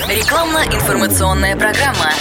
Рекламно-информационная программа.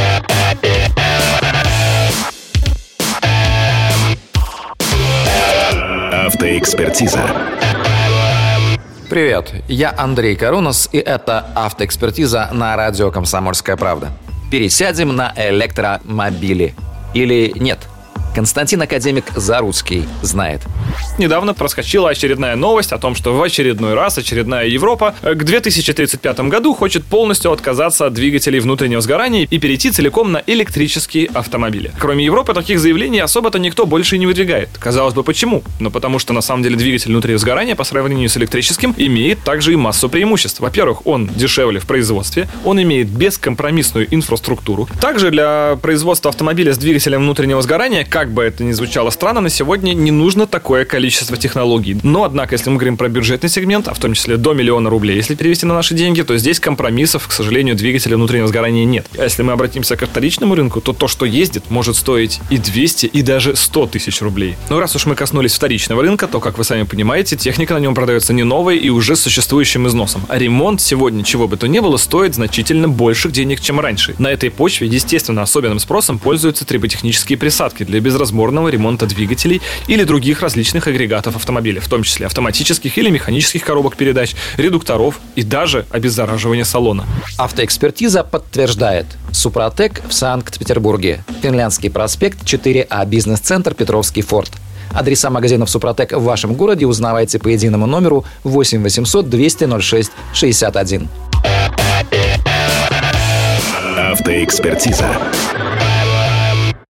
Автоэкспертиза. Привет, я Андрей Карунас, и это «Автоэкспертиза» на радио «Комсомольская правда». Пересядем на электромобили. Или нет? Константин Академик Заруцкий знает. Недавно проскочила очередная новость о том, что в очередной раз очередная Европа к 2035 году хочет полностью отказаться от двигателей внутреннего сгорания и перейти целиком на электрические автомобили. Кроме Европы, таких заявлений особо-то никто больше и не выдвигает. Казалось бы, почему? Но потому что на самом деле двигатель внутреннего сгорания по сравнению с электрическим имеет также и массу преимуществ. Во-первых, он дешевле в производстве, он имеет бескомпромиссную инфраструктуру. Также для производства автомобиля с двигателем внутреннего сгорания, как бы это ни звучало странно, на сегодня не нужно такое количество технологий. Но, однако, если мы говорим про бюджетный сегмент, а в том числе до 1 000 000 рублей, если перевести на наши деньги, то здесь компромиссов, к сожалению, двигателя внутреннего сгорания нет. А если мы обратимся к вторичному рынку, то что ездит, может стоить и 200, и даже 100 тысяч рублей. Но раз уж мы коснулись вторичного рынка, то, как вы сами понимаете, техника на нем продается не новой и уже с существующим износом. А ремонт сегодня, чего бы то ни было, стоит значительно больших денег, чем раньше. На этой почве, естественно, особенным спросом пользуются триботехнические присадки для безразборного ремонта двигателей или других различных агрегатов автомобиля, в том числе автоматических или механических коробок передач, редукторов и даже обеззараживания салона. Автоэкспертиза подтверждает. Супротек в Санкт-Петербурге. Финляндский проспект 4А, бизнес-центр Петровский форт. Адреса магазинов Супротек в вашем городе узнавайте по единому номеру 8 800 200 06 61. Автоэкспертиза.